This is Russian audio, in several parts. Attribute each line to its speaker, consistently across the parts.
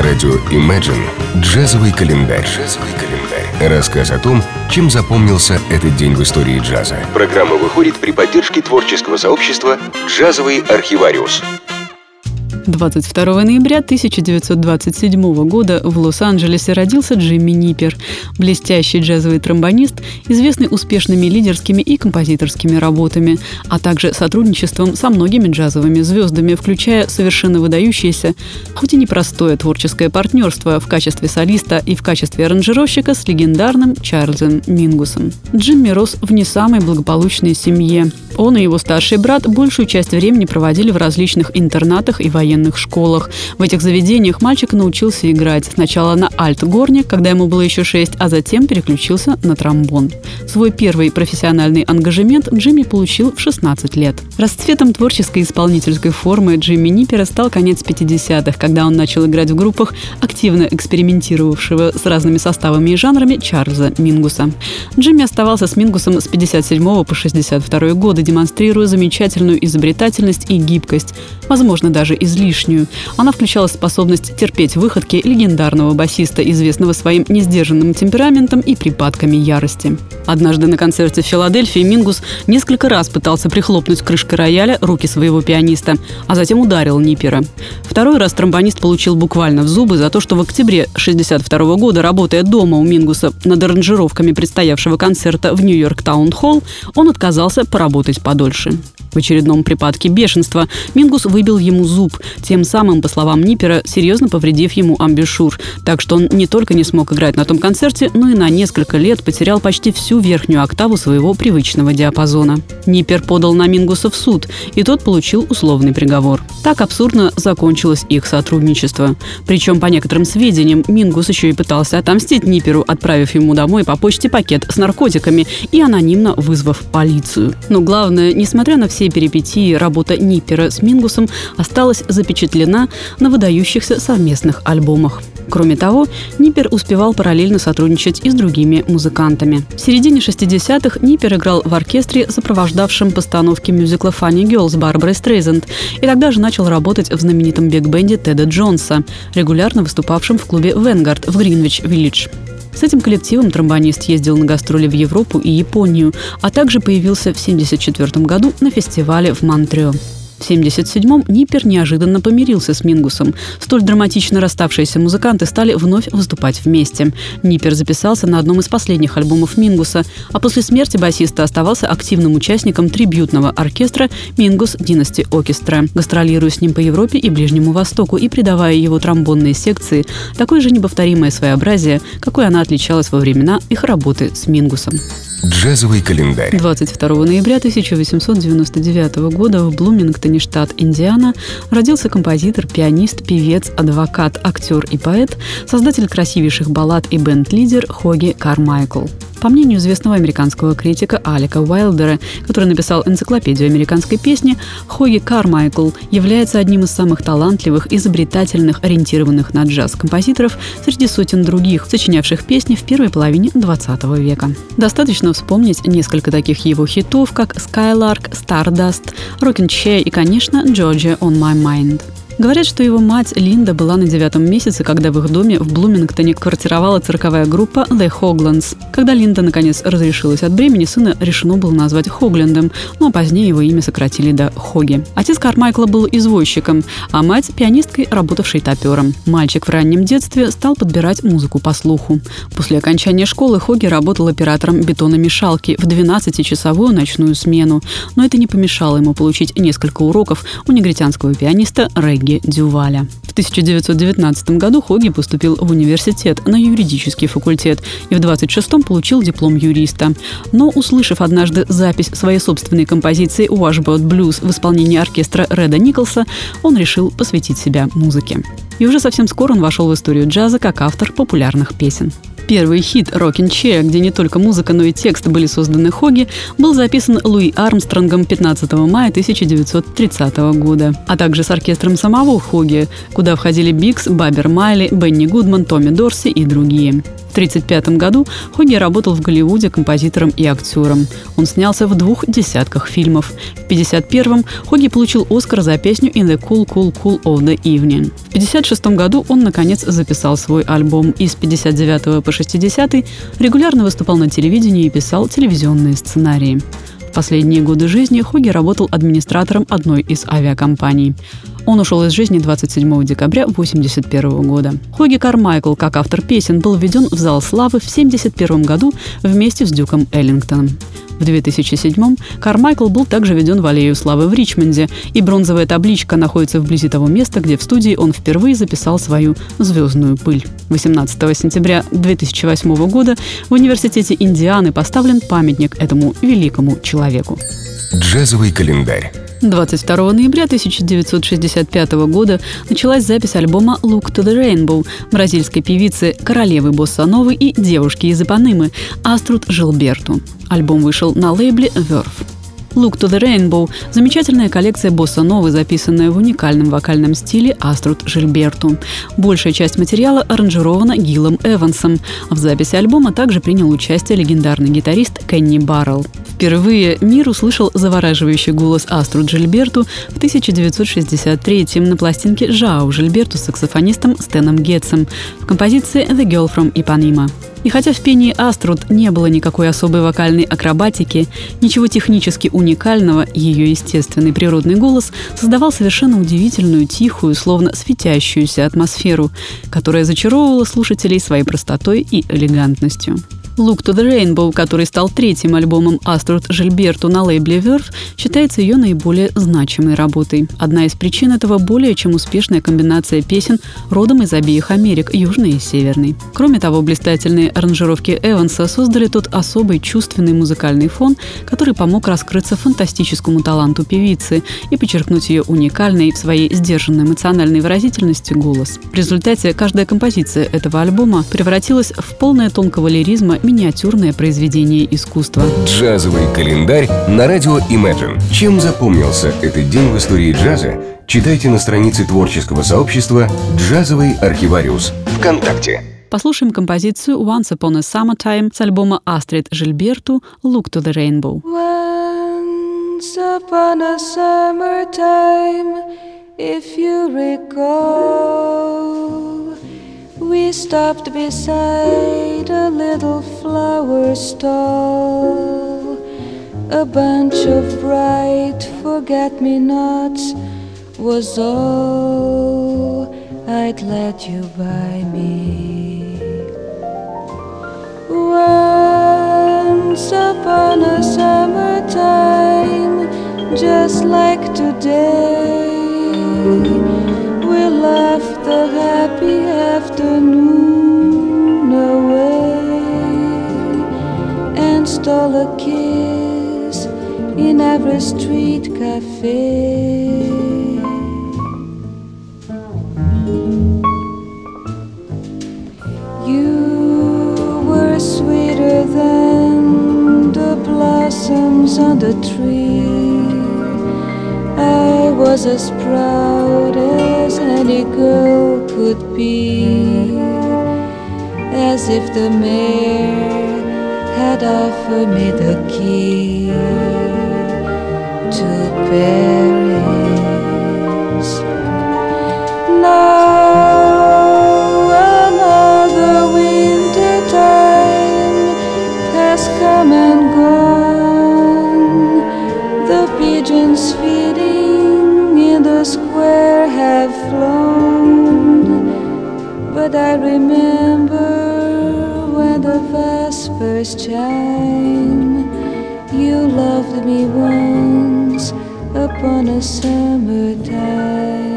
Speaker 1: На радио Imagine «Джазовый календарь». Рассказ о том, чем запомнился этот день в истории джаза. Программа выходит при поддержке творческого сообщества «Джазовый архивариус».
Speaker 2: 22 ноября 1927 года в Лос-Анджелесе родился Джимми Ниппер, блестящий джазовый тромбонист, известный успешными лидерскими и композиторскими работами, а также сотрудничеством со многими джазовыми звездами, включая совершенно выдающееся, хоть и непростое творческое партнерство в качестве солиста и в качестве аранжировщика с легендарным Чарльзом Мингусом. Джимми рос в не самой благополучной семье. Он и его старший брат большую часть времени проводили в различных интернатах и военных школах. В этих заведениях мальчик научился играть сначала на альт-горне, когда ему было еще 6, а затем переключился на тромбон. Свой первый профессиональный ангажемент Джимми получил в 16 лет. Расцветом творческой исполнительской формы Джимми Ниппера стал конец 50-х, когда он начал играть в группах активно экспериментировавшего с разными составами и жанрами Чарльза Мингуса. Джимми оставался с Мингусом с 57 по 62 годы, демонстрируя замечательную изобретательность и гибкость, возможно, даже излишнюю. Она включала способность терпеть выходки легендарного басиста, известного своим несдержанным темпераментом и припадками ярости. Однажды на концерте в Филадельфии Мингус несколько раз пытался прихлопнуть крышкой рояля руки своего пианиста, а затем ударил Ниппера. Второй раз тромбонист получил буквально в зубы за то, что в октябре 1962 года, работая дома у Мингуса над аранжировками предстоявшего концерта в Нью-Йорк Таун-Холл, он отказался поработать подольше. В очередном припадке бешенства Мингус выбил ему зуб, тем самым, по словам Ниппера, серьезно повредив ему амбушюр, так что он не только не смог играть на том концерте, но и на несколько лет потерял почти всю верхнюю октаву своего привычного диапазона. Ниппер подал на Мингуса в суд, и тот получил условный приговор. Так абсурдно закончилось их сотрудничество. Причем, по некоторым сведениям, Мингус еще и пытался отомстить Нипперу, отправив ему домой по почте пакет с наркотиками и анонимно вызвав полицию. Но главное, несмотря на все перипетии, работа Ниппера с Мингусом осталась запечатлена на выдающихся совместных альбомах. Кроме того, Ниппер успевал параллельно сотрудничать и с другими музыкантами. В середине 60-х Ниппер играл в оркестре, сопровождавшем постановки мюзикла «Funny Girl» с Барбарой Стрейзанд, и тогда же начал работать в знаменитом биг-бенде Теда Джонса, регулярно выступавшем в клубе «Венгард» в Гринвич-Виллидж. С этим коллективом тромбонист ездил на гастроли в Европу и Японию, а также появился в 1974 году на фестивале в Монтрео. В 1977-м Ниппер неожиданно помирился с Мингусом. Столь драматично расставшиеся музыканты стали вновь выступать вместе. Ниппер записался на одном из последних альбомов Мингуса, а после смерти басиста оставался активным участником трибьютного оркестра «Мингус Dynasty Orchestra», гастролируя с ним по Европе и Ближнему Востоку и придавая его тромбонной секции такое же неповторимое своеобразие, какой она отличалась во времена их работы с Мингусом.
Speaker 1: Джазовый календарь.
Speaker 2: 22 ноября 1899 года в Блумингтоне, штат Индиана, родился композитор, пианист, певец, адвокат, актер и поэт, создатель красивейших баллад и бенд-лидер Хоги Кармайкл. По мнению известного американского критика Алека Уайлдера, который написал энциклопедию американской песни, Хоги Кармайкл является одним из самых талантливых, изобретательных, ориентированных на джаз композиторов среди сотен других, сочинявших песни в первой половине XX века. Достаточно вспомнить несколько таких его хитов, как «Skylark», «Stardust», «Rockin' Chair» и, конечно, «Georgia on My Mind». Говорят, что его мать Линда была на 9-м месяце, когда в их доме в Блумингтоне квартировала цирковая группа The Hoaglands. Когда Линда наконец разрешилась от бремени, сына решено было назвать Хоглендом, ну а позднее его имя сократили до Хоги. Отец Кармайкла был извозчиком, а мать – пианисткой, работавшей топером. Мальчик в раннем детстве стал подбирать музыку по слуху. После окончания школы Хоги работал оператором бетономешалки в 12-часовую ночную смену, но это не помешало ему получить несколько уроков у негритянского пианиста Регги Дюваля. В 1919 году Хоги поступил в университет на юридический факультет и в 26-м получил диплом юриста. Но, услышав однажды запись своей собственной композиции «Washboard Blues» в исполнении оркестра Реда Николса, он решил посвятить себя музыке. И уже совсем скоро он вошел в историю джаза как автор популярных песен. Первый хит «Rockin' Chair», где не только музыка, но и текст были созданы Хогги, был записан Луи Армстронгом 15 мая 1930 года, а также с оркестром самого Хогги, куда входили Биггс, Бабер Майли, Бенни Гудман, Томми Дорси и другие. В 1935 году Хогги работал в Голливуде композитором и актером. Он снялся в 2 десятках фильмов. В 1951-м Хогги получил «Оскар» за песню «In the Cool, Cool, Cool of the Evening». В 1956 году он, наконец, записал свой альбом. И с 1959 по 1960 регулярно выступал на телевидении и писал телевизионные сценарии. В последние годы жизни Хогги работал администратором одной из авиакомпаний. Он ушел из жизни 27 декабря 1981 года. Хогги Кармайкл, как автор песен, был введен в зал славы в 1971 году вместе с Дюком Эллингтоном. В 2007-м Кармайкл был также введен в аллею славы в Ричмонде, и бронзовая табличка находится вблизи того места, где в студии он впервые записал свою «Звездную пыль». 18 сентября 2008 года в Университете Индианы поставлен памятник этому великому человеку.
Speaker 1: Джазовый календарь.
Speaker 2: 22 ноября 1965 года началась запись альбома «Look to the Rainbow» бразильской певицы, королевы босса-новы и девушки из Ипанемы Аструд Жилберту. Альбом вышел на лейбле Verve. «Look to the Rainbow» – замечательная коллекция босса-новы, записанная в уникальном вокальном стиле Аструд Жильберту. Большая часть материала аранжирована Гилом Эвансом. В записи альбома также принял участие легендарный гитарист Кенни Баррелл. Впервые мир услышал завораживающий голос Аструд Жильберту в 1963-м на пластинке Жао Жильберту с саксофонистом Стэном Гетцем в композиции «The Girl from Ipanema». И хотя в пении Аструд не было никакой особой вокальной акробатики, ничего технически уникального, ее естественный природный голос создавал совершенно удивительную, тихую, словно светящуюся атмосферу, которая зачаровывала слушателей своей простотой и элегантностью. «Look to the Rainbow», который стал 3-м альбомом Аструд Жильберту на лейбле Verve, считается ее наиболее значимой работой. Одна из причин этого – более чем успешная комбинация песен родом из обеих Америк, Южной и Северной. Кроме того, блистательные аранжировки Эванса создали тот особый чувственный музыкальный фон, который помог раскрыться фантастическому таланту певицы и подчеркнуть ее уникальный в своей сдержанной эмоциональной выразительности голос. В результате каждая композиция этого альбома превратилась в полное тонкого лиризма миниатюрное произведение искусства.
Speaker 1: Джазовый календарь на радио Imagine. Чем запомнился этот день в истории джаза, читайте на странице творческого сообщества «Джазовый архивариус» ВКонтакте.
Speaker 2: Послушаем композицию «Once Upon a Summertime» с альбома Астрид Жильберту «Look to the Rainbow».
Speaker 3: Once upon a summertime, if you recall, we stopped beside a little flower stall. A bunch of bright forget-me-nots was all I'd let you buy me. Once upon a summertime, just like today, we laughed the happy afternoon away and stole a kiss in every street cafe. You were sweeter than the blossoms on the tree. I was as proud as any girl could be, as if the mayor had offered me the key to Paris. Now another winter time has come and gone. The pigeons feeding in the square have flown, but I remember when the vespers chime, you loved me once upon a summertime.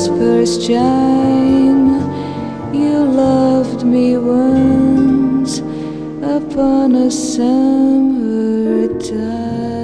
Speaker 3: this first chime. You loved me once upon a summer time.